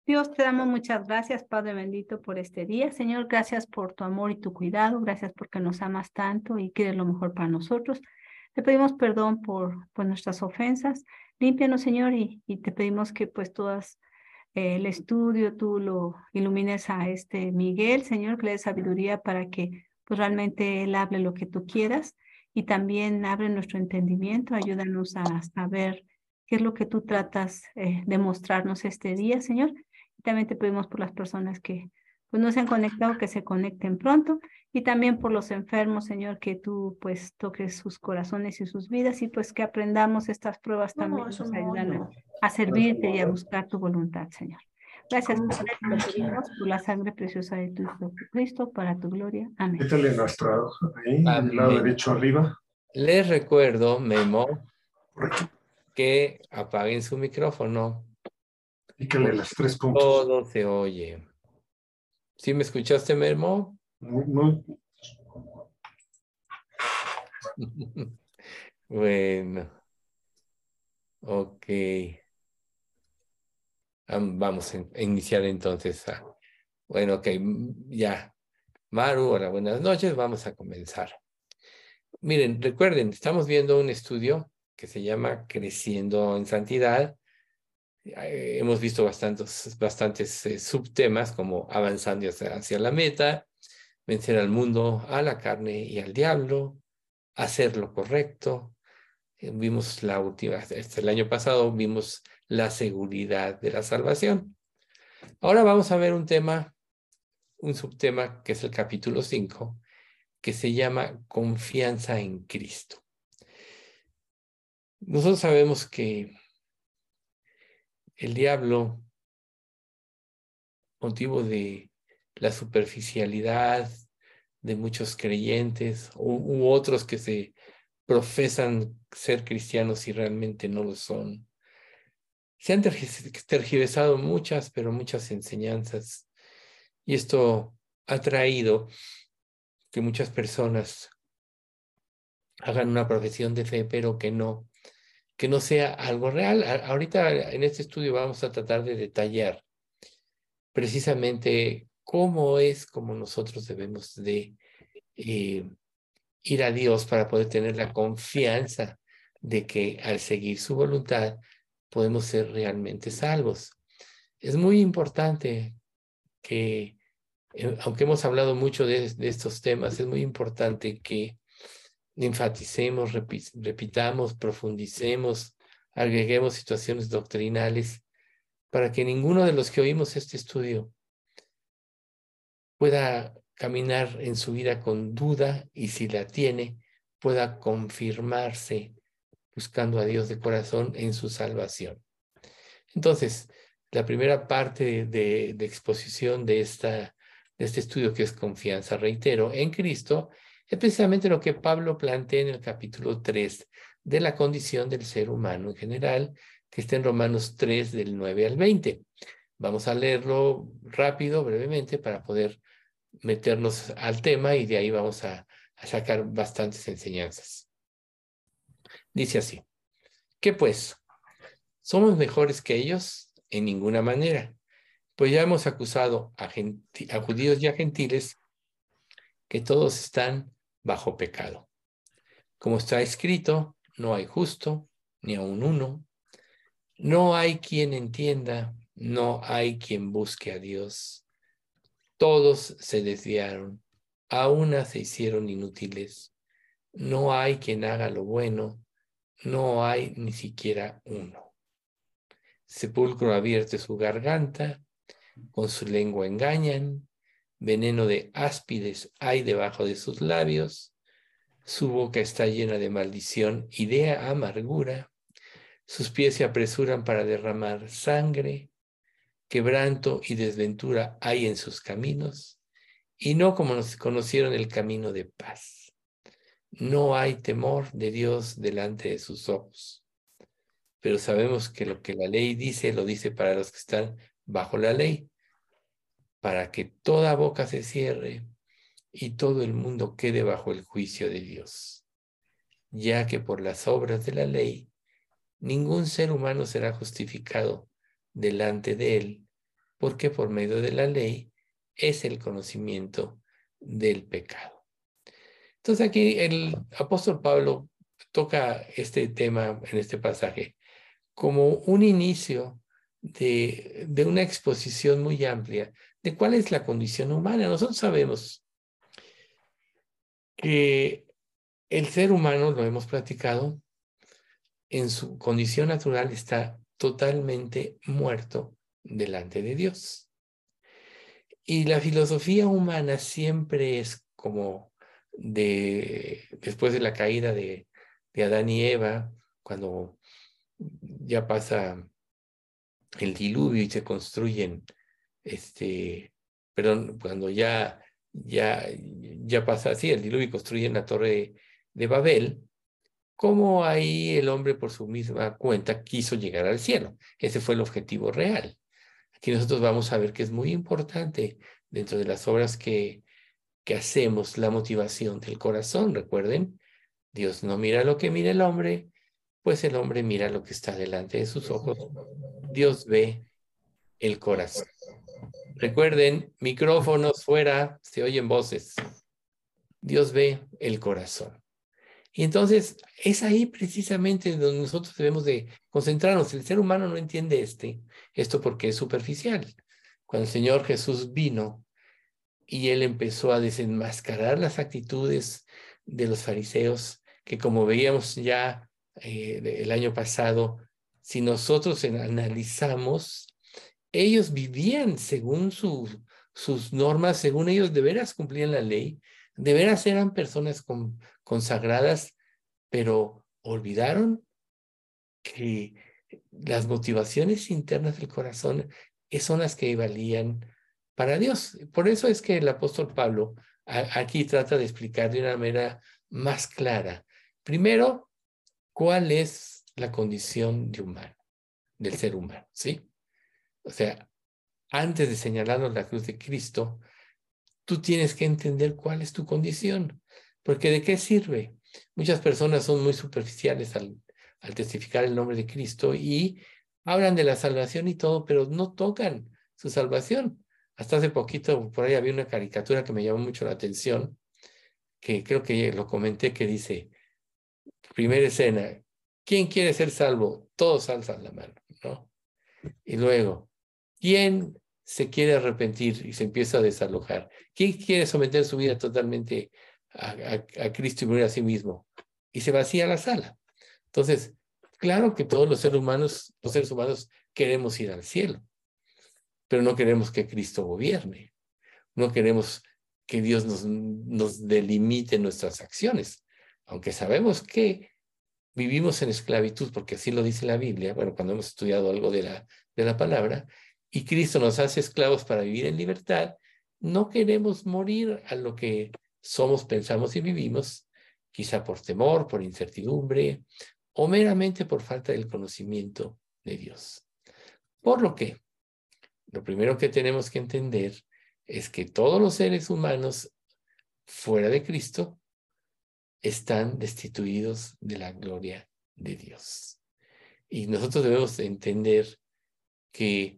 Dios, te damos muchas gracias, Padre bendito, por este día. Señor, gracias por tu amor y tu cuidado. Gracias porque nos amas tanto y quieres lo mejor para nosotros. Te pedimos perdón por nuestras ofensas. Límpianos, Señor, y te pedimos que pues todas el estudio, tú lo ilumines a este Miguel, Señor, que le des sabiduría para que pues realmente él hable lo que tú quieras y también abre nuestro entendimiento, ayúdanos a saber qué es lo que tú tratas de mostrarnos este día, Señor. Y también te pedimos por las personas que pues no se han conectado, que se conecten pronto y también por los enfermos, Señor, que tú pues toques sus corazones y sus vidas y pues que aprendamos estas pruebas No, también eso nos no, ayudan no. a servirte y a buscar tu voluntad, Señor. Gracias, ¿Cómo se Padre, te lo pedimos por la sangre preciosa de tu Hijo Jesucristo, para tu gloria. Amén. Quítale nuestra hoja ahí, en el lado Amén. derecho arriba. Les recuerdo, Memo, Por aquí. que apaguen su micrófono. Pícale las 3 puntos. Todo se oye. ¿Sí me escuchaste, Memo? Muy, Bueno, ok. Vamos a iniciar entonces. Bueno, ok, ya. Maru, hola, buenas noches. Vamos a comenzar. Miren, recuerden, estamos viendo un estudio que se llama Creciendo en Santidad. Hemos visto bastantes subtemas como avanzando hacia la meta, vencer al mundo, a la carne y al diablo, hacer lo correcto. Vimos la última, el año pasado vimos la seguridad de la salvación. Ahora vamos a ver un subtema que es el capítulo 5, que se llama confianza en Cristo. Nosotros sabemos que el diablo, motivo de la superficialidad de muchos creyentes u otros que se profesan ser cristianos y realmente no lo son, se han tergiversado pero muchas enseñanzas. Y esto ha traído que muchas personas hagan una profesión de fe, pero que no sea algo real. Ahorita en este estudio vamos a tratar de detallar precisamente cómo nosotros debemos de ir a Dios para poder tener la confianza de que al seguir su voluntad podemos ser realmente salvos. Es muy importante que, aunque hemos hablado mucho de estos temas, es muy importante que enfaticemos, repitamos, profundicemos, agreguemos situaciones doctrinales para que ninguno de los que oímos este estudio pueda caminar en su vida con duda y si la tiene, pueda confirmarse buscando a Dios de corazón en su salvación. Entonces, la primera parte de exposición de este estudio, que es confianza, reitero, en Cristo, es precisamente lo que Pablo plantea en el capítulo 3 de la condición del ser humano en general, que está en Romanos 3 del 9 al 20. Vamos a leerlo rápido, brevemente, para poder meternos al tema y de ahí vamos a sacar bastantes enseñanzas. Dice así: ¿qué pues? ¿Somos mejores que ellos? En ninguna manera. Pues ya hemos acusado a judíos y a gentiles que todos están bajo pecado. Como está escrito, no hay justo, ni aun uno. No hay quien entienda, no hay quien busque a Dios. Todos se desviaron, a una se hicieron inútiles. No hay quien haga lo bueno, no hay ni siquiera uno. Sepulcro abierto es su garganta, con su lengua engañan, veneno de áspides hay debajo de sus labios, su boca está llena de maldición y de amargura, sus pies se apresuran para derramar sangre, quebranto y desventura hay en sus caminos, y no como nos conocieron el camino de paz. No hay temor de Dios delante de sus ojos. Pero sabemos que lo que la ley dice, lo dice para los que están bajo la ley, para que toda boca se cierre y todo el mundo quede bajo el juicio de Dios, ya que por las obras de la ley ningún ser humano será justificado delante de él, porque por medio de la ley es el conocimiento del pecado. Entonces aquí el apóstol Pablo toca este tema en este pasaje como un inicio de una exposición muy amplia de cuál es la condición humana. Nosotros sabemos que el ser humano, lo hemos platicado, en su condición natural está totalmente muerto delante de Dios. Y la filosofía humana siempre es como después de la caída de Adán y Eva, cuando ya pasa el diluvio y se construyen, perdón, cuando ya pasa así el diluvio y construyen la torre de Babel, como ahí el hombre por su misma cuenta quiso llegar al cielo. Ese fue el objetivo real. Aquí nosotros vamos a ver que es muy importante dentro de las obras que hacemos, la motivación del corazón. Recuerden, Dios no mira lo que mira el hombre, pues el hombre mira lo que está delante de sus ojos. Dios ve el corazón. Recuerden, micrófonos fuera, se oyen voces. Dios ve el corazón. Y entonces es ahí precisamente donde nosotros debemos de concentrarnos. El ser humano no entiende esto porque es superficial. Cuando el Señor Jesús vino y Él empezó a desenmascarar las actitudes de los fariseos, que como veíamos ya el año pasado, si nosotros analizamos, ellos vivían según sus normas, según ellos de veras cumplían la ley, de veras eran personas consagradas, pero olvidaron que las motivaciones internas del corazón son las que valían para Dios. Por eso es que el apóstol Pablo aquí trata de explicar de una manera más clara. Primero, ¿cuál es la condición del ser humano? ¿Sí? O sea, antes de señalarnos la cruz de Cristo, tú tienes que entender cuál es tu condición. Porque ¿de qué sirve? Muchas personas son muy superficiales al testificar el nombre de Cristo y hablan de la salvación y todo, pero no tocan su salvación. Hasta hace poquito por ahí había una caricatura que me llamó mucho la atención, que creo que lo comenté, que dice, primera escena, ¿quién quiere ser salvo? Todos alzan la mano, ¿no? Y luego, ¿quién se quiere arrepentir y se empieza a desalojar? ¿Quién quiere someter su vida totalmente a Cristo y morir a sí mismo? Y se vacía la sala. Entonces, claro que todos los seres humanos queremos ir al cielo, pero no queremos que Cristo gobierne. No queremos que Dios nos delimite nuestras acciones, aunque sabemos que vivimos en esclavitud, porque así lo dice la Biblia, bueno, cuando hemos estudiado algo de la palabra, y Cristo nos hace esclavos para vivir en libertad, no queremos morir a lo que somos, pensamos y vivimos, quizá por temor, por incertidumbre, o meramente por falta del conocimiento de Dios. Por lo que, lo primero que tenemos que entender es que todos los seres humanos fuera de Cristo están destituidos de la gloria de Dios. Y nosotros debemos entender que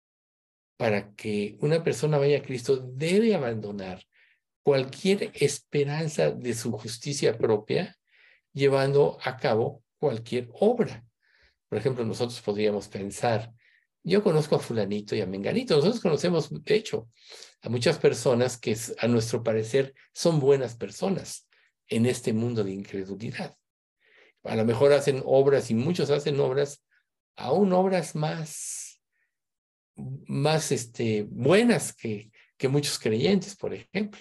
para que una persona vaya a Cristo debe abandonar cualquier esperanza de su justicia propia, llevando a cabo cualquier obra. Por ejemplo, nosotros podríamos pensar, yo conozco a fulanito y a menganito. Nosotros conocemos, de hecho, a muchas personas que a nuestro parecer son buenas personas en este mundo de incredulidad. A lo mejor hacen obras y muchos hacen obras, aún obras más buenas que muchos creyentes, por ejemplo.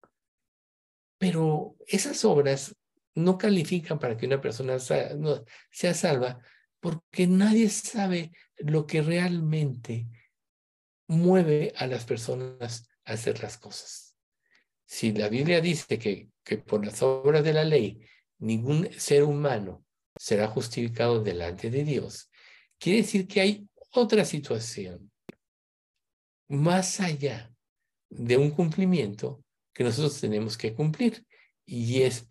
Pero esas obras no califican para que una persona sea salva, porque nadie sabe lo que realmente mueve a las personas a hacer las cosas. Si la Biblia dice que por las obras de la ley ningún ser humano será justificado delante de Dios, quiere decir que hay otra situación más allá de un cumplimiento que nosotros tenemos que cumplir, y es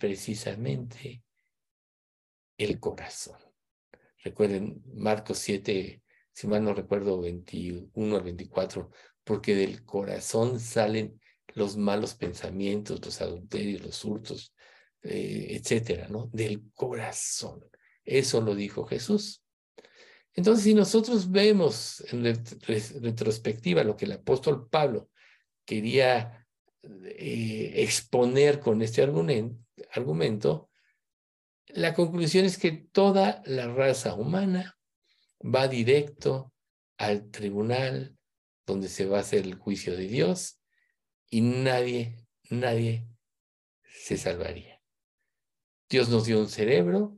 precisamente el corazón. Recuerden Marcos 7, si mal no recuerdo, 21 al 24, porque del corazón salen los malos pensamientos, los adulterios, los hurtos, etcétera, ¿no? Del corazón. Eso lo dijo Jesús. Entonces, si nosotros vemos en retrospectiva lo que el apóstol Pablo quería exponer con este argumento, la conclusión es que toda la raza humana va directo al tribunal donde se va a hacer el juicio de Dios y nadie se salvaría. Dios nos dio un cerebro,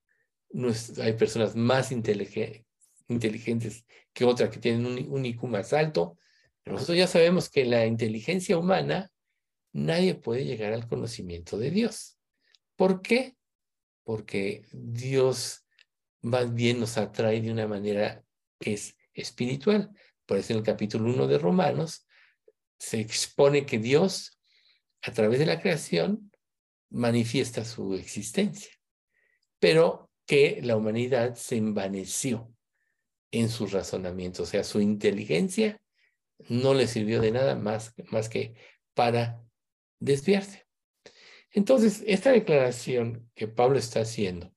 hay personas más inteligentes que otras que tienen un IQ más alto, pero nosotros ya sabemos que la inteligencia humana nadie puede llegar al conocimiento de Dios. ¿Por qué? Porque Dios más bien nos atrae de una manera que es espiritual. Por eso en el capítulo 1 de Romanos se expone que Dios, a través de la creación, manifiesta su existencia, pero que la humanidad se envaneció en sus razonamientos, o sea, su inteligencia no le sirvió de nada más que para desviarse. Entonces, esta declaración que Pablo está haciendo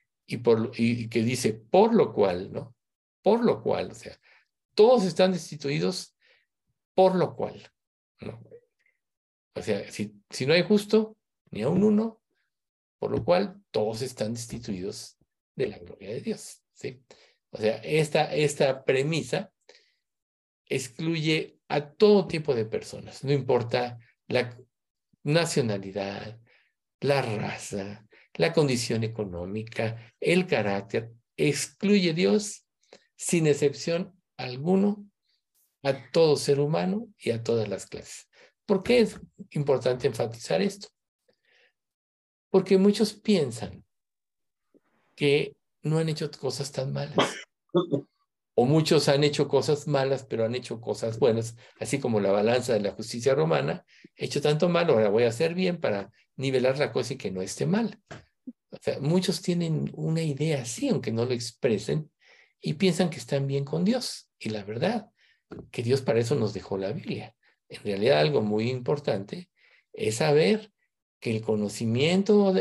y que dice, por lo cual, ¿no? Por lo cual, o sea, todos están destituidos por lo cual, ¿no? O sea, si no hay justo, ni a un uno, por lo cual todos están destituidos de la gloria de Dios, ¿sí? O sea, esta premisa excluye a todo tipo de personas, no importa la nacionalidad, la raza, la condición económica, el carácter, excluye Dios sin excepción alguno a todo ser humano y a todas las clases. ¿Por qué es importante enfatizar esto? Porque muchos piensan que no han hecho cosas tan malas. O muchos han hecho cosas malas, pero han hecho cosas buenas, así como la balanza de la justicia romana, he hecho tanto mal, ahora voy a hacer bien para nivelar la cosa y que no esté mal. O sea, muchos tienen una idea así, aunque no lo expresen, y piensan que están bien con Dios. Y la verdad, que Dios para eso nos dejó la Biblia. En realidad, algo muy importante es saber que el conocimiento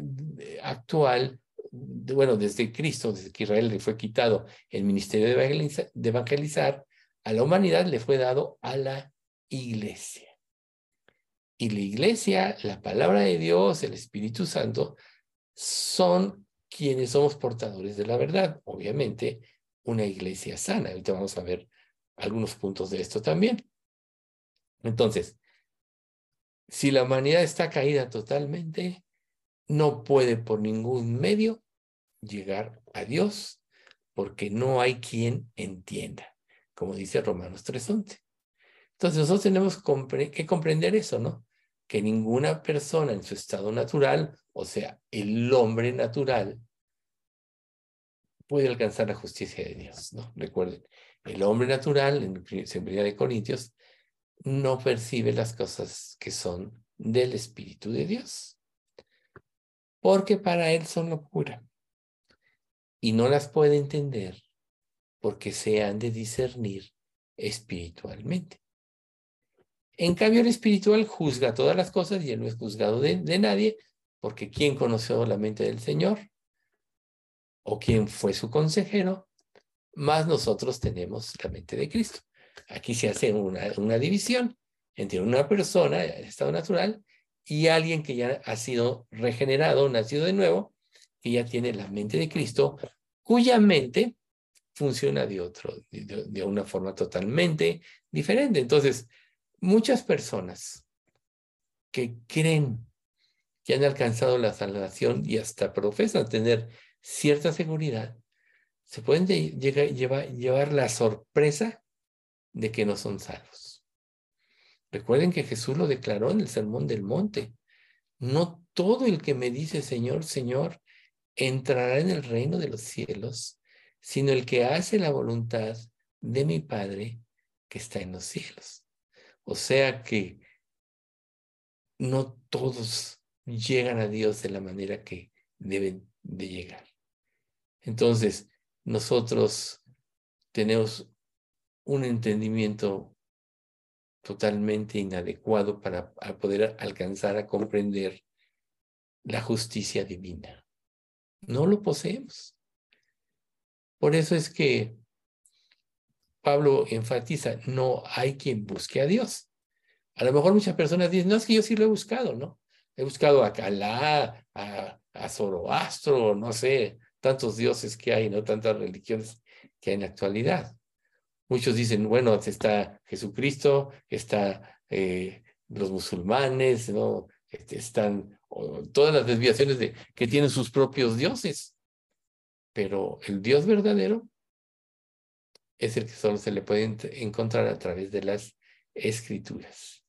actual, bueno, desde Cristo, desde que Israel le fue quitado el ministerio de evangelizar, a la humanidad le fue dado a la iglesia. Y la iglesia, la palabra de Dios, el Espíritu Santo, son quienes somos portadores de la verdad. Obviamente, una iglesia sana. Ahorita vamos a ver algunos puntos de esto también. Entonces, si la humanidad está caída totalmente, no puede por ningún medio llegar a Dios, porque no hay quien entienda, como dice Romanos 3:11. Entonces nosotros tenemos que comprender eso, ¿no? Que ninguna persona en su estado natural, o sea, el hombre natural, puede alcanzar la justicia de Dios, ¿no? Recuerden, el hombre natural, en 1 de Corintios, no percibe las cosas que son del Espíritu de Dios, porque para él son locura, y no las puede entender porque se han de discernir espiritualmente. En cambio, el espiritual juzga todas las cosas y él no es juzgado de nadie, porque ¿quién conoció la mente del Señor? ¿O quién fue su consejero? Más nosotros tenemos la mente de Cristo. Aquí se hace una división entre una persona en estado natural y alguien que ya ha sido regenerado, nacido de nuevo, que ya tiene la mente de Cristo, cuya mente funciona de una forma totalmente diferente. Entonces, muchas personas que creen que han alcanzado la salvación y hasta profesan tener cierta seguridad, se pueden llevar la sorpresa de que no son salvos. Recuerden que Jesús lo declaró en el Sermón del Monte. No todo el que me dice Señor, Señor, entrará en el reino de los cielos, sino el que hace la voluntad de mi Padre que está en los cielos. O sea que no todos llegan a Dios de la manera que deben de llegar. Entonces, nosotros tenemos un entendimiento totalmente inadecuado para poder alcanzar a comprender la justicia divina. No lo poseemos. Por eso es que Pablo enfatiza, no hay quien busque a Dios. A lo mejor muchas personas dicen, no, es que yo sí lo he buscado, ¿no? He buscado a Alá, a Zoroastro, no sé, tantos dioses que hay, ¿no? Tantas religiones que hay en la actualidad. Muchos dicen, bueno, está Jesucristo, está los musulmanes, ¿no? Están todas las desviaciones que tienen sus propios dioses. Pero el Dios verdadero es el que solo se le puede encontrar a través de las Escrituras.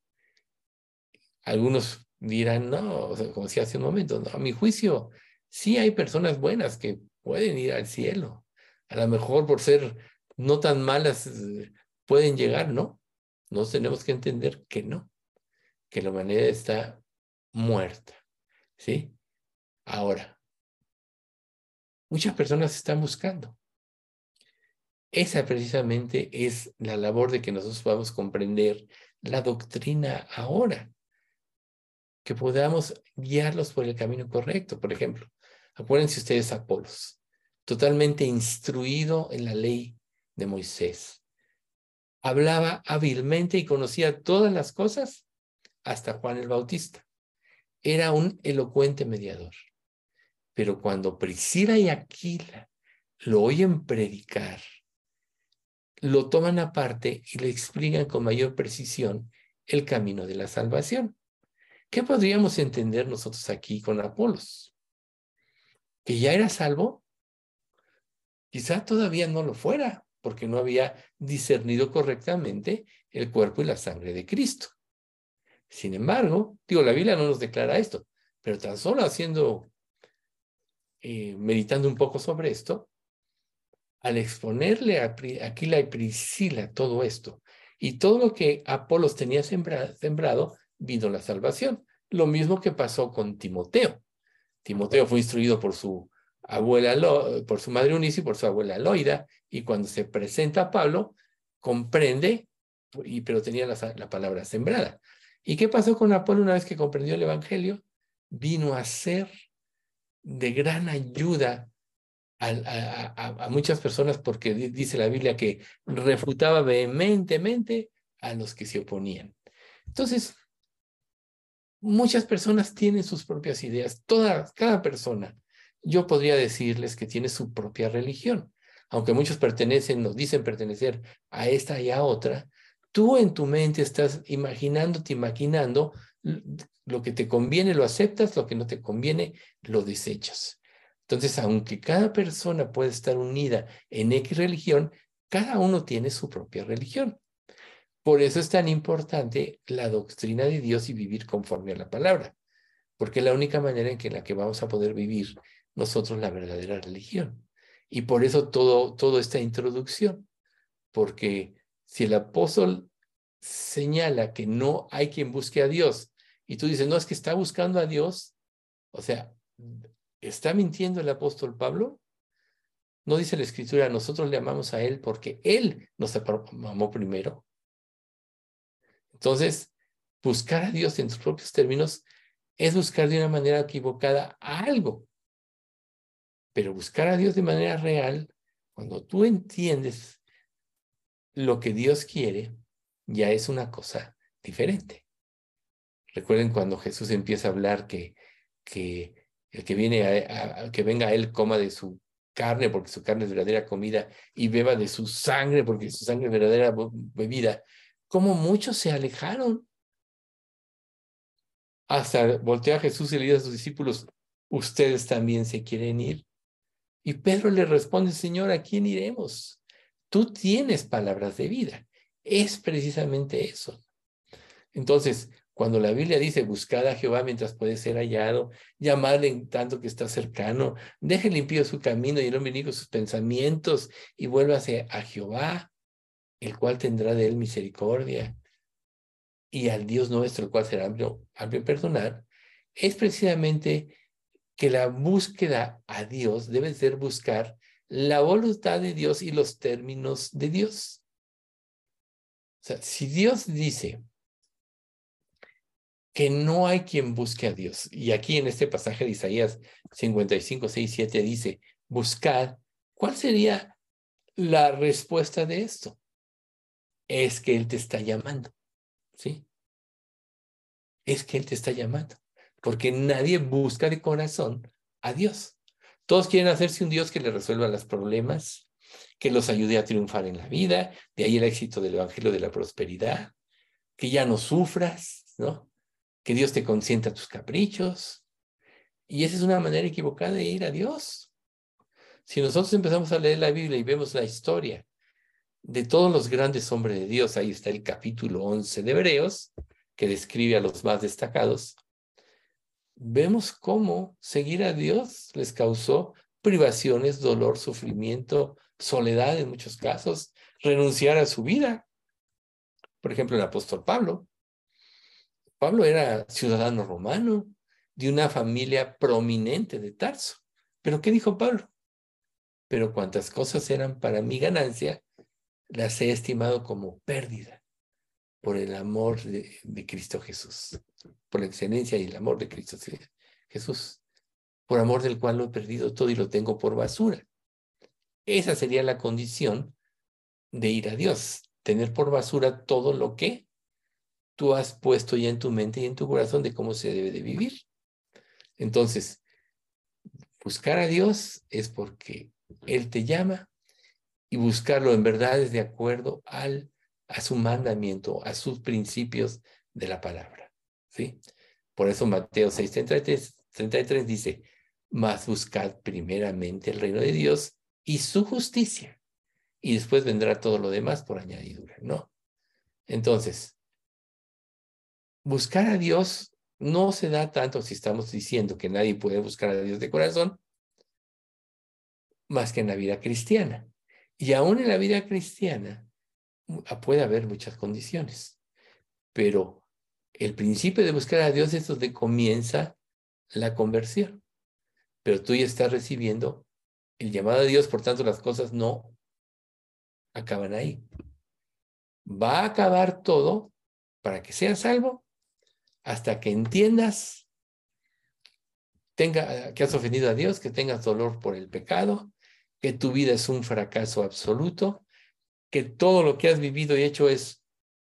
Algunos dirán, no, o sea, como decía hace un momento, no, a mi juicio, sí hay personas buenas que pueden ir al cielo. A lo mejor por ser no tan malas pueden llegar, ¿no? Nos tenemos que entender que no, que la humanidad está muerta, ¿sí? Ahora, muchas personas están buscando. Esa precisamente es la labor de que nosotros podamos comprender la doctrina ahora, que podamos guiarlos por el camino correcto. Por ejemplo, acuérdense ustedes a Apolos, totalmente instruido en la ley de Moisés. Hablaba hábilmente y conocía todas las cosas hasta Juan el Bautista. Era un elocuente mediador. Pero cuando Priscila y Aquila lo oyen predicar, lo toman aparte y le explican con mayor precisión el camino de la salvación. ¿Qué podríamos entender nosotros aquí con Apolos? ¿Que ya era salvo? Quizá todavía no lo fuera, porque no había discernido correctamente el cuerpo y la sangre de Cristo. Sin embargo, la Biblia no nos declara esto, pero tan solo meditando un poco sobre esto, al exponerle a Aquila y Priscila todo esto, y todo lo que Apolos tenía sembrado, vino la salvación. Lo mismo que pasó con Timoteo. Timoteo fue instruido por su abuela, por su madre Eunice y por su abuela Loida, y cuando se presenta a Pablo, comprende, pero tenía la palabra sembrada. ¿Y qué pasó con Apolo una vez que comprendió el Evangelio? Vino a ser de gran ayuda a muchas personas, porque dice la Biblia que refutaba vehementemente a los que se oponían. Entonces, muchas personas tienen sus propias ideas, cada persona. Yo podría decirles que tiene su propia religión, aunque muchos nos dicen pertenecer a esta y a otra. Tú en tu mente estás imaginando lo que te conviene, lo aceptas, lo que no te conviene, lo desechas. Entonces, aunque cada persona puede estar unida en X religión, cada uno tiene su propia religión. Por eso es tan importante la doctrina de Dios y vivir conforme a la palabra, porque es la única manera en la que vamos a poder vivir nosotros la verdadera religión. Y por eso toda esta introducción, porque si el apóstol señala que no hay quien busque a Dios, y tú dices, no, es que está buscando a Dios, o sea, ¿está mintiendo el apóstol Pablo? No dice la Escritura, nosotros le amamos a Él porque Él nos amó primero. Entonces, buscar a Dios en tus propios términos es buscar de una manera equivocada a algo. Pero buscar a Dios de manera real, cuando tú entiendes lo que Dios quiere, ya es una cosa diferente. Recuerden cuando Jesús empieza a hablar que el que viene que venga a Él coma de su carne, porque su carne es verdadera comida, y beba de su sangre, porque su sangre es verdadera bebida. Como muchos se alejaron. Hasta voltea a Jesús y le dice a sus discípulos, ¿ustedes también se quieren ir? Y Pedro le responde, Señor, ¿a quién iremos? Tú tienes palabras de vida. Es precisamente eso. Entonces, cuando la Biblia dice, buscad a Jehová mientras puede ser hallado, llamadle en tanto que está cercano, deje limpio su camino y el hombre inico sus pensamientos y vuélvase a Jehová, el cual tendrá de él misericordia, y al Dios nuestro, el cual será amplio en perdonar, es precisamente que la búsqueda a Dios debe ser buscar la voluntad de Dios y los términos de Dios. O sea, si Dios dice que no hay quien busque a Dios, y aquí en este pasaje de Isaías 55, 6, 7 dice, buscad, ¿cuál sería la respuesta de esto? Es que Él te está llamando, ¿sí? Es que Él te está llamando, porque nadie busca de corazón a Dios. Todos quieren hacerse un Dios que les resuelva los problemas, que los ayude a triunfar en la vida, de ahí el éxito del Evangelio de la prosperidad, que ya no sufras, ¿no? Que Dios te consienta tus caprichos. Y esa es una manera equivocada de ir a Dios. Si nosotros empezamos a leer la Biblia y vemos la historia de todos los grandes hombres de Dios, ahí está el capítulo 11 de Hebreos, que describe a los más destacados, vemos cómo seguir a Dios les causó privaciones, dolor, sufrimiento, soledad en muchos casos, renunciar a su vida. Por ejemplo, el apóstol Pablo. Pablo era ciudadano romano de una familia prominente de Tarso. ¿Pero qué dijo Pablo? Pero cuantas cosas eran para mi ganancia, las he estimado como pérdida por el amor de Cristo Jesús, por la excelencia y el amor de Cristo Jesús, por amor del cual lo he perdido todo y lo tengo por basura. Esa sería la condición de ir a Dios, tener por basura todo lo que tú has puesto ya en tu mente y en tu corazón de cómo se debe de vivir. Entonces, buscar a Dios es porque Él te llama y buscarlo en verdad es de acuerdo a su mandamiento, a sus principios de la palabra, ¿sí? Por eso Mateo 6:33 dice, mas buscad primeramente el reino de Dios y su justicia, y después vendrá todo lo demás por añadidura, ¿no? Entonces, buscar a Dios no se da tanto si estamos diciendo que nadie puede buscar a Dios de corazón, más que en la vida cristiana. Y aún en la vida cristiana puede haber muchas condiciones, pero el principio de buscar a Dios es donde comienza la conversión. Pero tú ya estás recibiendo el llamado de Dios, por tanto las cosas no acaban ahí. Va a acabar todo para que seas salvo hasta que entiendas que has ofendido a Dios, que tengas dolor por el pecado, que tu vida es un fracaso absoluto, que todo lo que has vivido y hecho es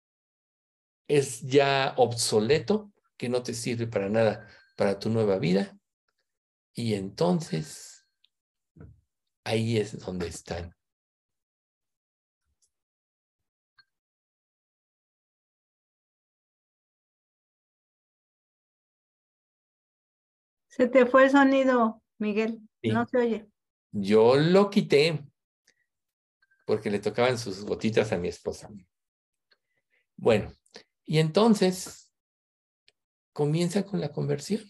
ya obsoleto, que no te sirve para nada para tu nueva vida. Y entonces, ahí es donde están. Se te fue el sonido, Miguel. Sí. No se oye. Yo lo quité porque le tocaban sus gotitas a mi esposa. Bueno, y entonces comienza con la conversión.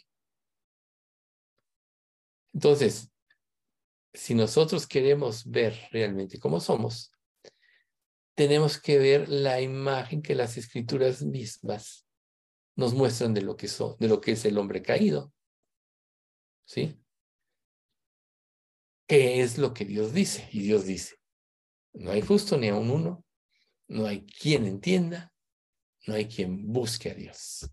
Entonces, si nosotros queremos ver realmente cómo somos, tenemos que ver la imagen que las escrituras mismas nos muestran de lo que es el hombre caído. ¿Sí? ¿Qué es lo que Dios dice? Y Dios dice, no hay justo ni aun uno, no hay quien entienda, no hay quien busque a Dios.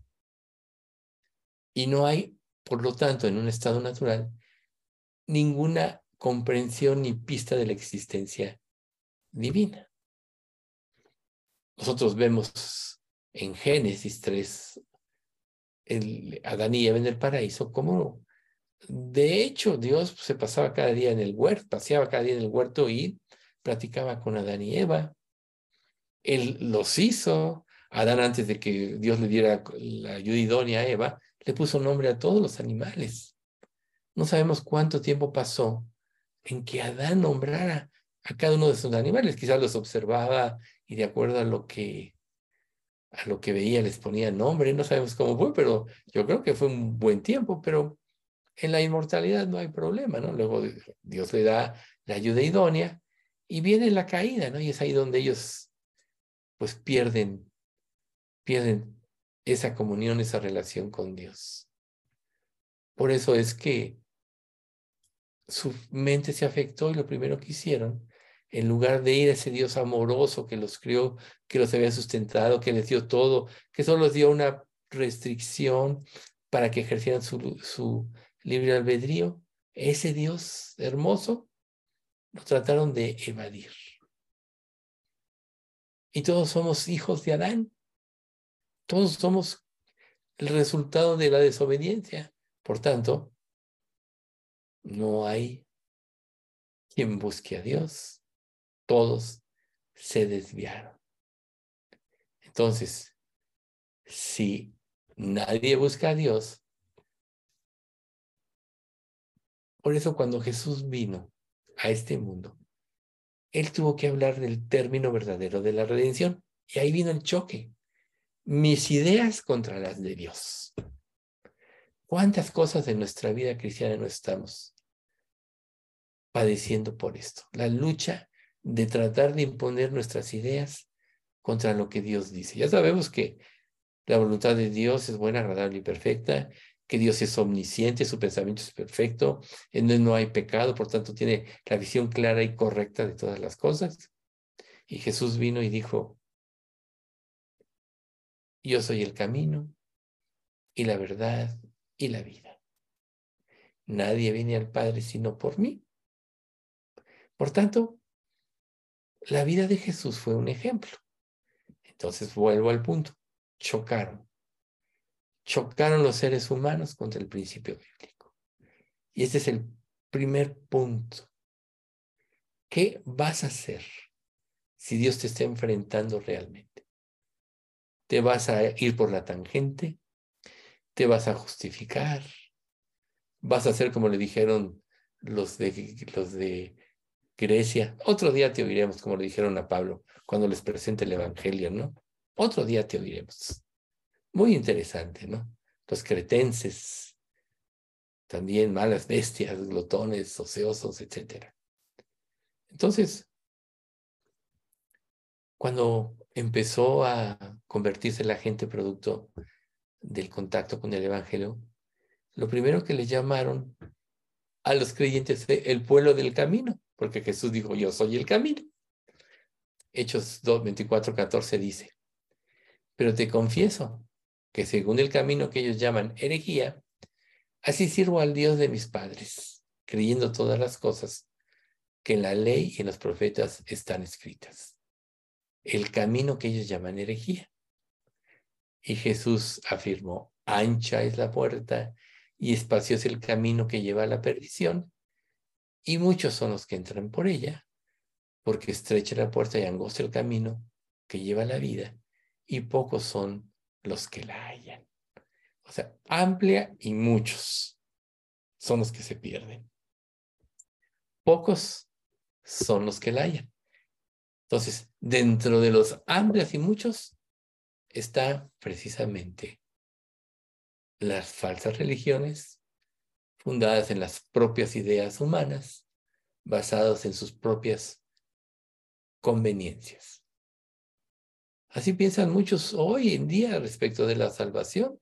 Y no hay, por lo tanto, en un estado natural, ninguna comprensión ni pista de la existencia divina. Nosotros vemos en Génesis 3, Adán y Eva en el paraíso, como de hecho Dios se pasaba cada día en el huerto, paseaba cada día en el huerto y platicaba con Adán y Eva. Él los hizo. Adán, antes de que Dios le diera la ayuda idónea a Eva, le puso nombre a todos los animales. No sabemos cuánto tiempo pasó en que Adán nombrara a cada uno de sus animales. Quizás los observaba y de acuerdo a lo que veía les ponía nombre. No sabemos cómo fue, pero yo creo que fue un buen tiempo. Pero en la inmortalidad no hay problema, ¿no? Luego Dios le da la ayuda idónea y viene la caída, ¿no? Y es ahí donde ellos pues pierden esa comunión, esa relación con Dios. Por eso es que su mente se afectó y lo primero que hicieron, en lugar de ir a ese Dios amoroso que los crió, que los había sustentado, que les dio todo, que solo les dio una restricción para que ejercieran su libre albedrío, ese Dios hermoso lo trataron de evadir. Y todos somos hijos de Adán. Todos somos el resultado de la desobediencia. Por tanto, no hay quien busque a Dios. Todos se desviaron. Entonces, si nadie busca a Dios, por eso cuando Jesús vino a este mundo, Él tuvo que hablar del término verdadero de la redención. Y ahí vino el choque. Mis ideas contra las de Dios. ¿Cuántas cosas de nuestra vida cristiana no estamos padeciendo por esto? La lucha de tratar de imponer nuestras ideas contra lo que Dios dice. Ya sabemos que la voluntad de Dios es buena, agradable y perfecta, que Dios es omnisciente, su pensamiento es perfecto, en él no hay pecado, por tanto tiene la visión clara y correcta de todas las cosas. Y Jesús vino y dijo, yo soy el camino y la verdad y la vida. Nadie viene al Padre sino por mí. Por tanto, la vida de Jesús fue un ejemplo. Entonces vuelvo al punto. Chocaron los seres humanos contra el principio bíblico. Y este es el primer punto. ¿Qué vas a hacer si Dios te está enfrentando realmente? ¿Te vas a ir por la tangente? ¿Te vas a justificar? ¿Vas a hacer como le dijeron los de Grecia? Otro día te oiremos, como le dijeron a Pablo cuando les presente el Evangelio, ¿no? Otro día te oiremos. Muy interesante, ¿no? Los cretenses, también malas bestias, glotones, ociosos, etc. Entonces, cuando empezó a convertirse la gente producto del contacto con el Evangelio, lo primero que le llamaron a los creyentes fue el pueblo del camino, porque Jesús dijo, yo soy el camino. Hechos 24:14 dice, pero te confieso que según el camino que ellos llaman herejía, así sirvo al Dios de mis padres, creyendo todas las cosas que en la ley y en los profetas están escritas. El camino que ellos llaman herejía. Y Jesús afirmó, ancha es la puerta y espacioso el camino que lleva a la perdición, y muchos son los que entran por ella, porque estrecha la puerta y angosto el camino que lleva a la vida, y pocos son los que la hallan. O sea, amplia y muchos son los que se pierden. Pocos son los que la hallan. Entonces, dentro de los amplios y muchos está precisamente las falsas religiones fundadas en las propias ideas humanas, basadas en sus propias conveniencias. Así piensan muchos hoy en día respecto de la salvación,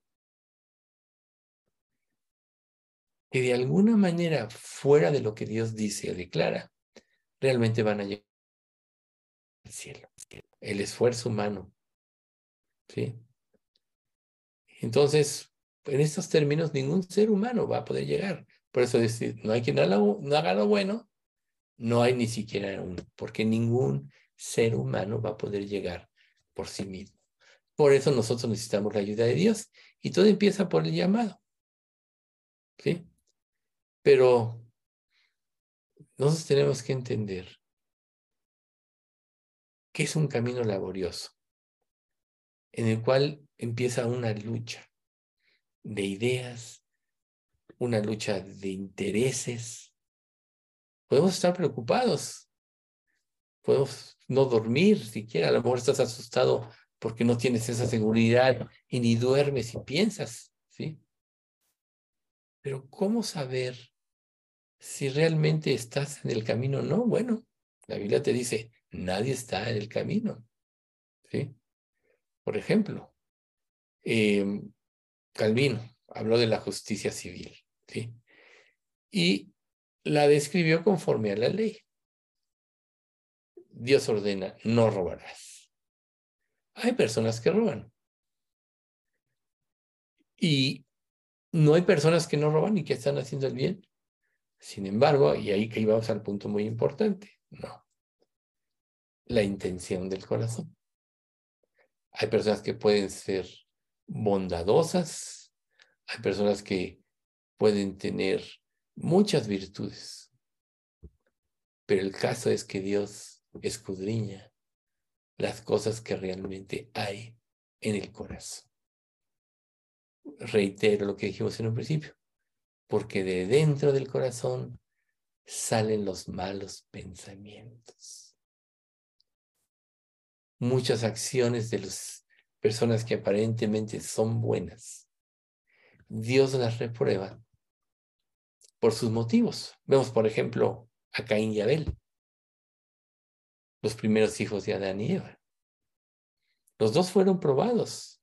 que de alguna manera, fuera de lo que Dios dice o declara, realmente van a llegar al cielo. El esfuerzo humano, ¿sí? Entonces, en estos términos, ningún ser humano va a poder llegar. Por eso decir, no hay quien no haga lo bueno, no hay ni siquiera uno, porque ningún ser humano va a poder llegar por sí mismo. Por eso nosotros necesitamos la ayuda de Dios y todo empieza por el llamado, ¿sí? Pero nosotros tenemos que entender que es un camino laborioso en el cual empieza una lucha de ideas, una lucha de intereses. Podemos estar preocupados, podemos no dormir siquiera, a lo mejor estás asustado porque no tienes esa seguridad y ni duermes y piensas, ¿sí? Pero ¿cómo saber si realmente estás en el camino o no? Bueno, la Biblia te dice, nadie está en el camino, ¿sí? Por ejemplo, Calvino habló de la justicia civil, ¿sí? Y la describió conforme a la ley. Dios ordena, no robarás. Hay personas que roban. Y no hay personas que no roban y que están haciendo el bien. Sin embargo, y ahí que íbamos al punto muy importante, no. La intención del corazón. Hay personas que pueden ser bondadosas, hay personas que pueden tener muchas virtudes, pero el caso es que Dios escudriña las cosas que realmente hay en el corazón. Reitero lo que dijimos en un principio, porque de dentro del corazón salen los malos pensamientos. Muchas acciones de las personas que aparentemente son buenas, Dios las reprueba por sus motivos. Vemos, por ejemplo, a Caín y Abel, los primeros hijos de Adán y Eva. Los dos fueron probados.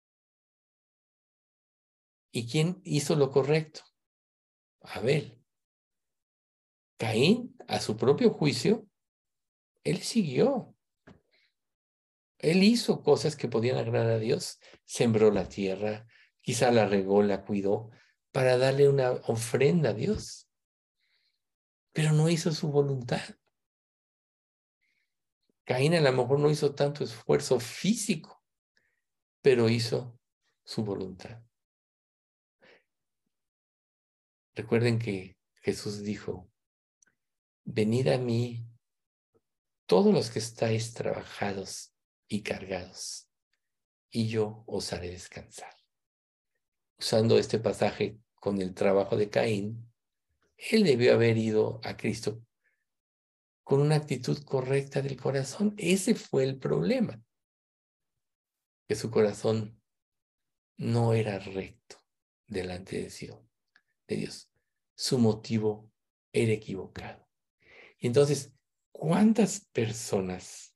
¿Y quién hizo lo correcto? Abel. Caín, a su propio juicio, él siguió. Él hizo cosas que podían agradar a Dios. Sembró la tierra, quizá la regó, la cuidó, para darle una ofrenda a Dios. Pero no hizo su voluntad. Caín a lo mejor no hizo tanto esfuerzo físico, pero hizo su voluntad. Recuerden que Jesús dijo, venid a mí todos los que estáis trabajados y cargados, y yo os haré descansar. Usando este pasaje con el trabajo de Caín, él debió haber ido a Cristo con una actitud correcta del corazón. Ese fue el problema, que su corazón no era recto delante de Dios. Su motivo era equivocado. Y entonces, ¿cuántas personas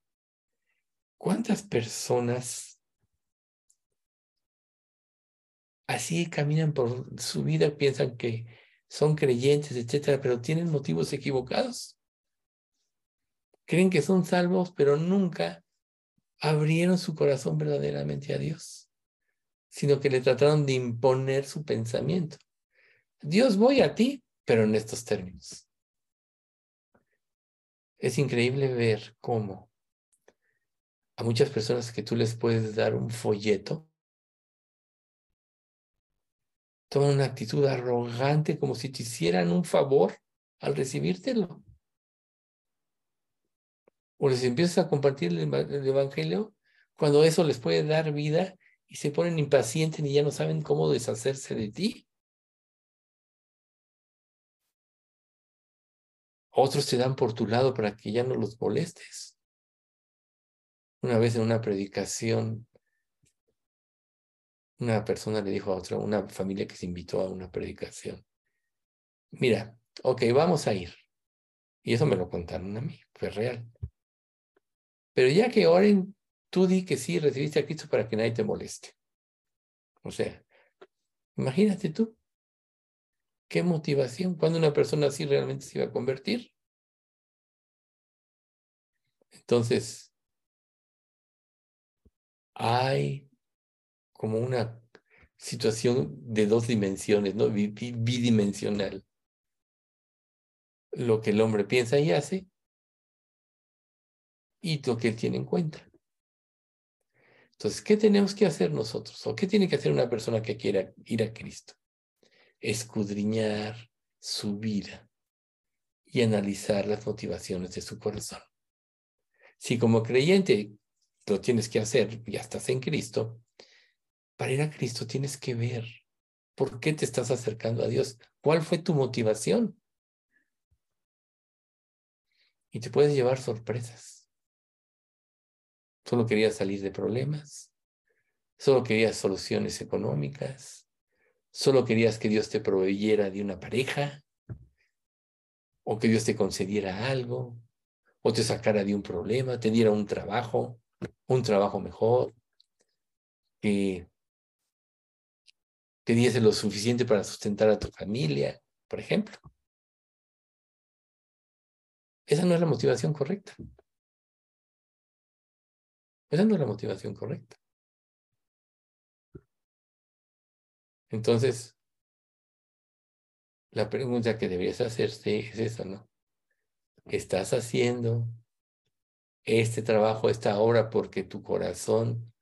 así caminan por su vida, piensan que son creyentes, etcétera, pero tienen motivos equivocados? Creen que son salvos, pero nunca abrieron su corazón verdaderamente a Dios, sino que le trataron de imponer su pensamiento. Dios, voy a ti, pero en estos términos. Es increíble ver cómo a muchas personas que tú les puedes dar un folleto, toman una actitud arrogante como si te hicieran un favor al recibírtelo. O les empiezas a compartir el evangelio cuando eso les puede dar vida y se ponen impacientes y ya no saben cómo deshacerse de ti. Otros te dan por tu lado para que ya no los molestes. Una vez en una predicación, una persona le dijo a otra, una familia que se invitó a una predicación, mira, ok, vamos a ir. Y eso me lo contaron a mí, fue real. Pero ya que oren, tú di que sí, recibiste a Cristo para que nadie te moleste. O sea, imagínate tú, qué motivación, cuando una persona así realmente se iba a convertir. Entonces, hay como una situación de dos dimensiones, ¿no? Bidimensional. Lo que el hombre piensa y hace y lo que él tiene en cuenta. Entonces, ¿qué tenemos que hacer nosotros? ¿O qué tiene que hacer una persona que quiera ir a Cristo? Escudriñar su vida y analizar las motivaciones de su corazón. Si como creyente lo tienes que hacer, ya estás en Cristo, para ir a Cristo tienes que ver por qué te estás acercando a Dios, cuál fue tu motivación. Y te puedes llevar sorpresas. Solo querías salir de problemas, solo querías soluciones económicas, solo querías que Dios te proveyera de una pareja, o que Dios te concediera algo, o te sacara de un problema, te diera un trabajo mejor, que te diese lo suficiente para sustentar a tu familia, por ejemplo. esa no es la motivación correcta. Esa no es la motivación correcta. Entonces, la pregunta que deberías hacerte es esa, ¿no? ¿Estás haciendo este trabajo, esta obra, porque tu corazón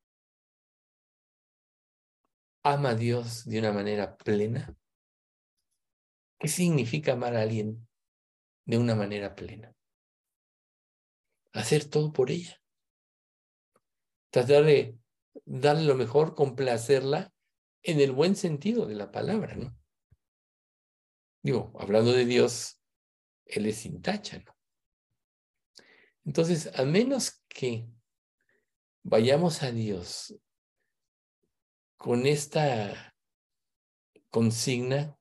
ama a Dios de una manera plena? ¿Qué significa amar a alguien de una manera plena? Hacer todo por ella. Tratar de darle lo mejor, complacerla en el buen sentido de la palabra, ¿no? Digo, hablando de Dios, Él es sin tacha, ¿no? Entonces, a menos que vayamos a Dios con esta consigna,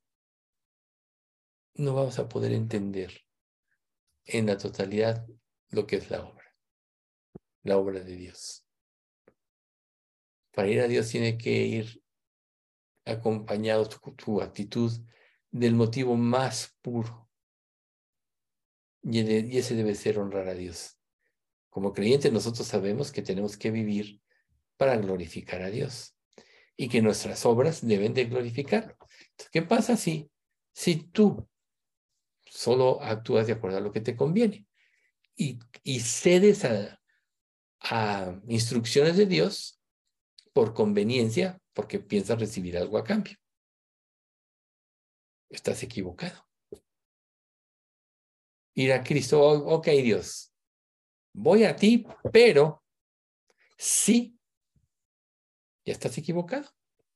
no vamos a poder entender en la totalidad lo que es la obra de Dios. Para ir a Dios tiene que ir acompañado tu actitud del motivo más puro. Y ese debe ser honrar a Dios. Como creyentes nosotros sabemos que tenemos que vivir para glorificar a Dios y que nuestras obras deben de glorificarlo. Entonces, ¿qué pasa si tú solo actúas de acuerdo a lo que te conviene y cedes a instrucciones de Dios por conveniencia, porque piensas recibir algo a cambio? Estás equivocado. Ir a Cristo, ok, Dios, voy a ti, pero sí, ya estás equivocado.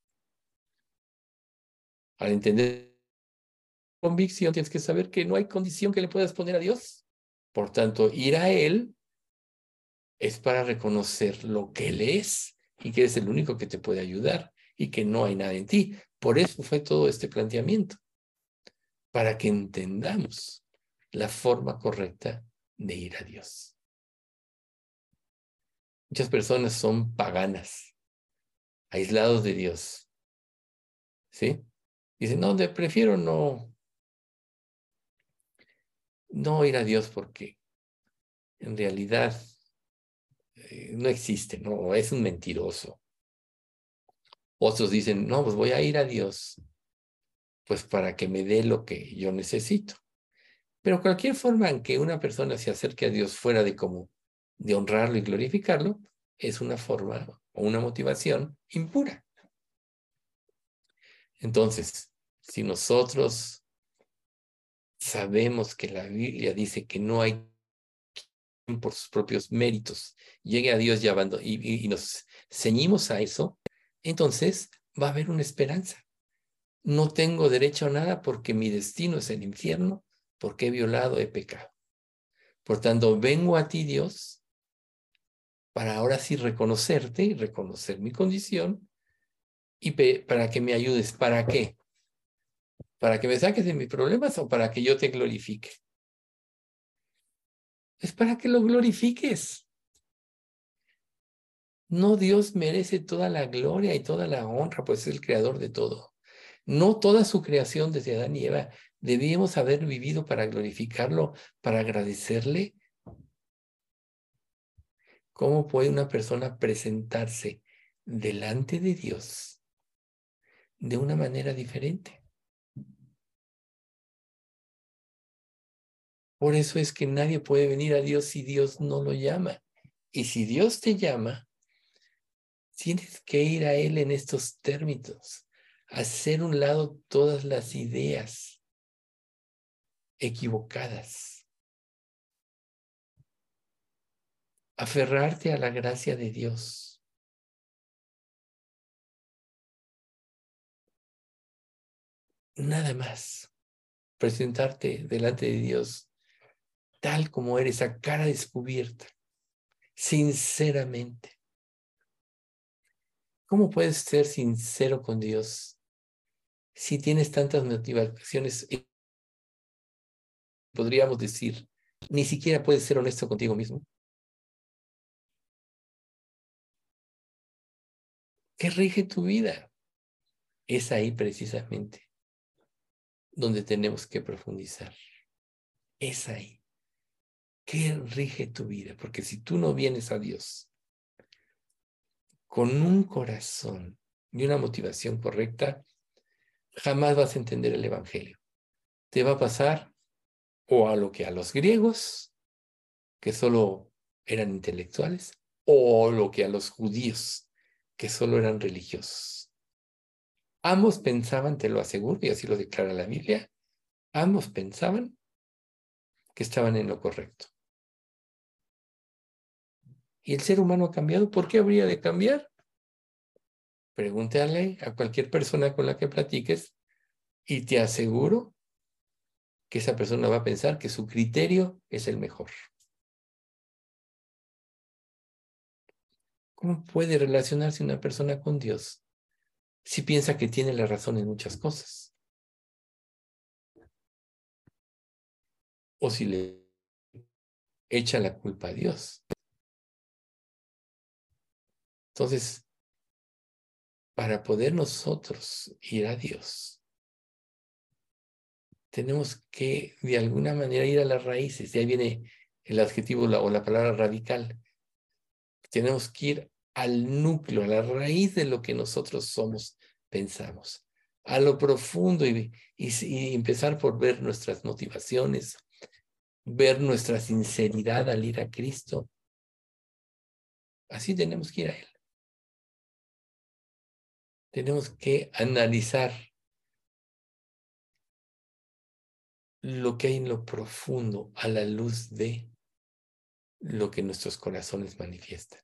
Al entender convicción, tienes que saber que no hay condición que le puedas poner a Dios. Por tanto, ir a Él es para reconocer lo que Él es y que es el único que te puede ayudar y que no hay nada en ti. Por eso fue todo este planteamiento, para que entendamos la forma correcta de ir a Dios. Muchas personas son paganas, aislados de Dios, ¿sí? Dicen, no, prefiero no ir a Dios porque en realidad no existe, no, es un mentiroso. Otros dicen, no, pues voy a ir a Dios, pues para que me dé lo que yo necesito. Pero cualquier forma en que una persona se acerque a Dios fuera de honrarlo y glorificarlo, es una forma o una motivación impura. Entonces, si nosotros sabemos que la Biblia dice que no hay quien por sus propios méritos llegue a Dios y nos ceñimos a eso, entonces va a haber una esperanza. No tengo derecho a nada porque mi destino es el infierno, porque he violado, he pecado. Por tanto, vengo a ti, Dios, para ahora sí reconocerte y reconocer mi condición y para que me ayudes. ¿Para qué? ¿Para que me saques de mis problemas o para que yo te glorifique? Es para que lo glorifiques. No, Dios merece toda la gloria y toda la honra, pues es el creador de todo. No toda su creación desde Adán y Eva debíamos haber vivido para glorificarlo, para agradecerle. ¿Cómo puede una persona presentarse delante de Dios de una manera diferente? Por eso es que nadie puede venir a Dios si Dios no lo llama. Y si Dios te llama, tienes que ir a Él en estos términos, hacer un lado todas las ideas equivocadas, aferrarte a la gracia de Dios. Nada más, presentarte delante de Dios tal como eres, a cara descubierta, sinceramente. ¿Cómo puedes ser sincero con Dios si tienes tantas motivaciones? Podríamos decir, ni siquiera puedes ser honesto contigo mismo. ¿Qué rige tu vida? Es ahí precisamente donde tenemos que profundizar. Es ahí. ¿qué rige tu vida? Porque si tú no vienes a Dios con un corazón y una motivación correcta, jamás vas a entender el Evangelio. Te va a pasar o a lo que a los griegos, que solo eran intelectuales, o lo que a los judíos, que solo eran religiosos. Ambos pensaban, te lo aseguro, y así lo declara la Biblia, ambos pensaban que estaban en lo correcto. ¿Y el ser humano ha cambiado? ¿Por qué habría de cambiar? Pregúntale a cualquier persona con la que platiques y te aseguro que esa persona va a pensar que su criterio es el mejor. ¿Cómo puede relacionarse una persona con Dios si piensa que tiene la razón en muchas cosas? O si le echa la culpa a Dios. Entonces, para poder nosotros ir a Dios, tenemos que de alguna manera ir a las raíces. De ahí viene el adjetivo o la palabra radical. Tenemos que ir al núcleo, a la raíz de lo que nosotros somos, pensamos, a lo profundo y empezar por ver nuestras motivaciones, ver nuestra sinceridad al ir a Cristo. Así tenemos que ir a Él. Tenemos que analizar lo que hay en lo profundo a la luz de lo que nuestros corazones manifiestan.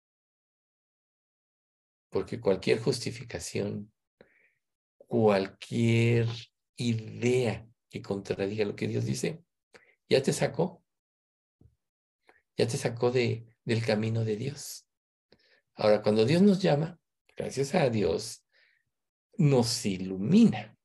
Porque cualquier justificación, cualquier idea que contradiga lo que Dios dice, ya te sacó del camino de Dios. Ahora, cuando Dios nos llama, gracias a Dios, nos ilumina.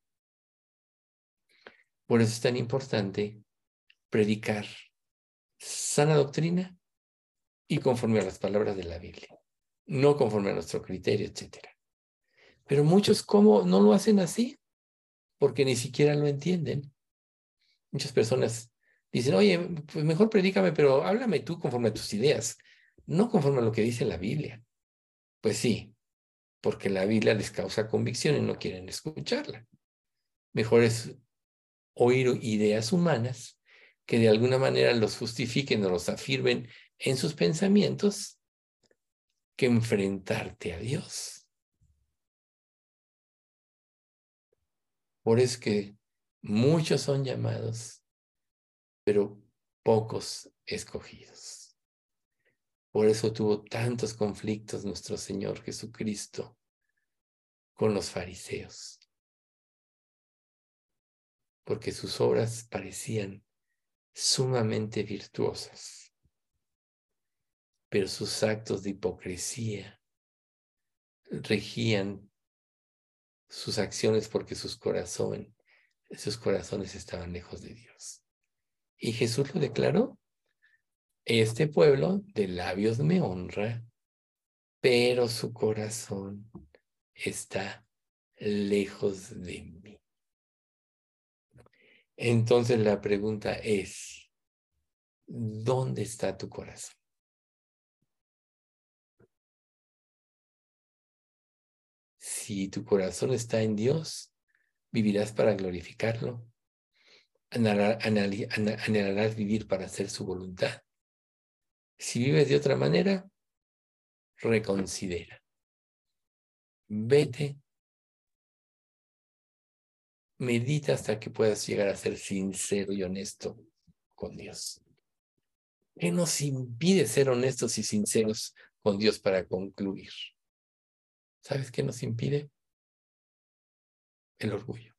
Por eso es tan importante predicar sana doctrina y conforme a las palabras de la Biblia, no conforme a nuestro criterio, etc. Pero muchos, ¿cómo no lo hacen así? Porque ni siquiera lo entienden. Muchas personas dicen, oye, pues mejor predícame, pero háblame tú conforme a tus ideas, no conforme a lo que dice la Biblia. Pues sí, porque la Biblia les causa convicción y no quieren escucharla. Mejor es oír ideas humanas que de alguna manera los justifiquen o los afirmen en sus pensamientos que enfrentarte a Dios. Por eso es que muchos son llamados, pero pocos escogidos. Por eso tuvo tantos conflictos nuestro Señor Jesucristo con los fariseos, porque sus obras parecían sumamente virtuosas, pero sus actos de hipocresía regían sus acciones porque sus corazones estaban lejos de Dios. Y Jesús lo declaró: este pueblo de labios me honra, pero su corazón está lejos de mí. Entonces la pregunta es, ¿dónde está tu corazón? Si tu corazón está en Dios, vivirás para glorificarlo, anhelarás vivir para hacer su voluntad. Si vives de otra manera, reconsidera. Vete, medita hasta que puedas llegar a ser sincero y honesto con Dios. ¿Qué nos impide ser honestos y sinceros con Dios para concluir? ¿Sabes qué nos impide? El orgullo.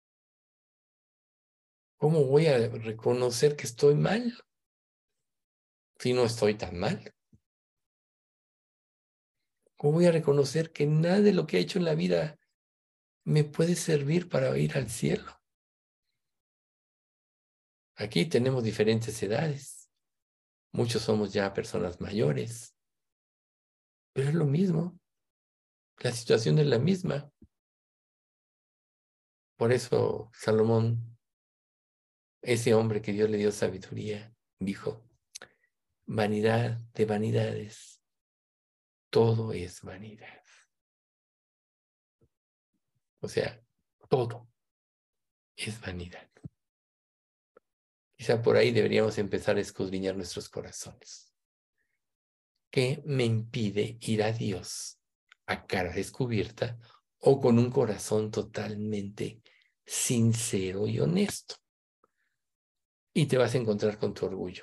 ¿Cómo voy a reconocer que estoy mal si no estoy tan mal? ¿Cómo voy a reconocer que nada de lo que he hecho en la vida me puede servir para ir al cielo? Aquí tenemos diferentes edades. Muchos somos ya personas mayores. Pero es lo mismo. La situación es la misma. Por eso Salomón, ese hombre que Dios le dio sabiduría, dijo: vanidad de vanidades, todo es vanidad. O sea, todo es vanidad. Quizá por ahí deberíamos empezar a escudriñar nuestros corazones. ¿Qué me impide ir a Dios a cara descubierta o con un corazón totalmente sincero y honesto? Y te vas a encontrar con tu orgullo.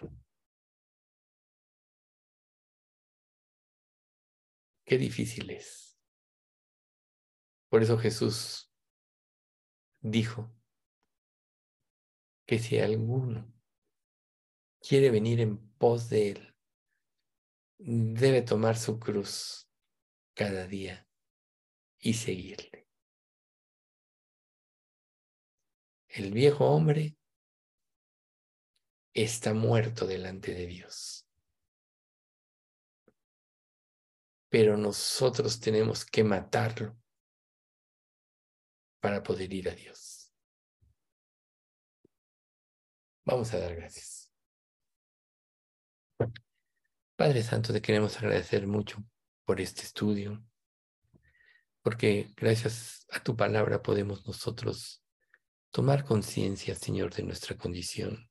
Qué difícil es. Por eso Jesús dijo que si alguno quiere venir en pos de Él, debe tomar su cruz cada día y seguirle. El viejo hombre está muerto delante de Dios. Pero nosotros tenemos que matarlo para poder ir a Dios. Vamos a dar gracias. Padre Santo, te queremos agradecer mucho por este estudio, porque gracias a tu palabra podemos nosotros tomar conciencia, Señor, de nuestra condición.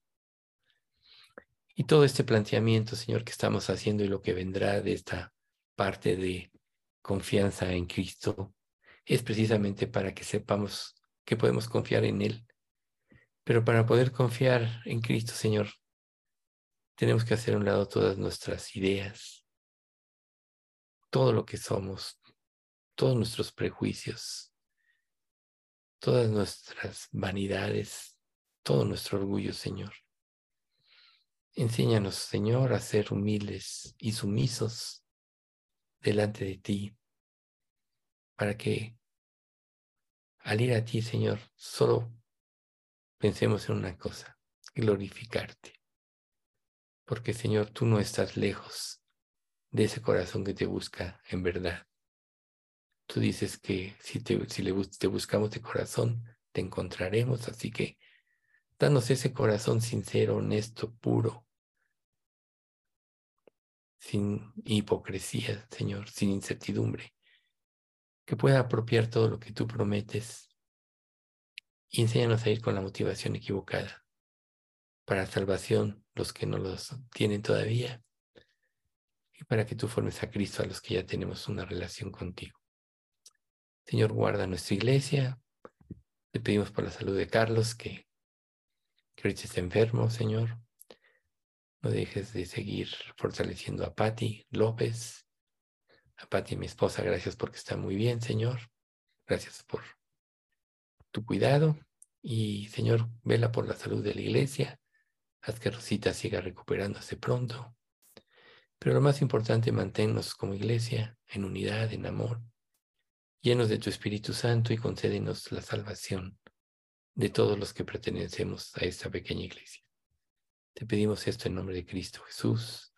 Y todo este planteamiento, Señor, que estamos haciendo y lo que vendrá de esta parte de confianza en Cristo, es precisamente para que sepamos que podemos confiar en Él. Pero para poder confiar en Cristo, Señor, tenemos que hacer a un lado todas nuestras ideas, todo lo que somos, todos nuestros prejuicios, todas nuestras vanidades, todo nuestro orgullo, Señor. Enséñanos, Señor, a ser humildes y sumisos delante de ti, para que al ir a ti, Señor, solo pensemos en una cosa, glorificarte. Porque, Señor, tú no estás lejos de ese corazón que te busca en verdad. Tú dices que si te buscamos de corazón, te encontraremos. Así que danos ese corazón sincero, honesto, puro, sin hipocresía, Señor, sin incertidumbre, que pueda apropiar todo lo que tú prometes y enséñanos a ir con la motivación equivocada para salvación los que no los tienen todavía y para que tú formes a Cristo a los que ya tenemos una relación contigo. Señor, guarda nuestra iglesia. Te pedimos por la salud de Carlos, que ahorita está enfermo, Señor. No dejes de seguir fortaleciendo a Patti López. A Patti, mi esposa, gracias porque está muy bien, Señor. Gracias por tu cuidado. Y, Señor, vela por la salud de la iglesia. Haz que Rosita siga recuperándose pronto. Pero lo más importante, manténnos como iglesia en unidad, en amor, llenos de tu Espíritu Santo y concédenos la salvación de todos los que pertenecemos a esta pequeña iglesia. Te pedimos esto en nombre de Cristo Jesús.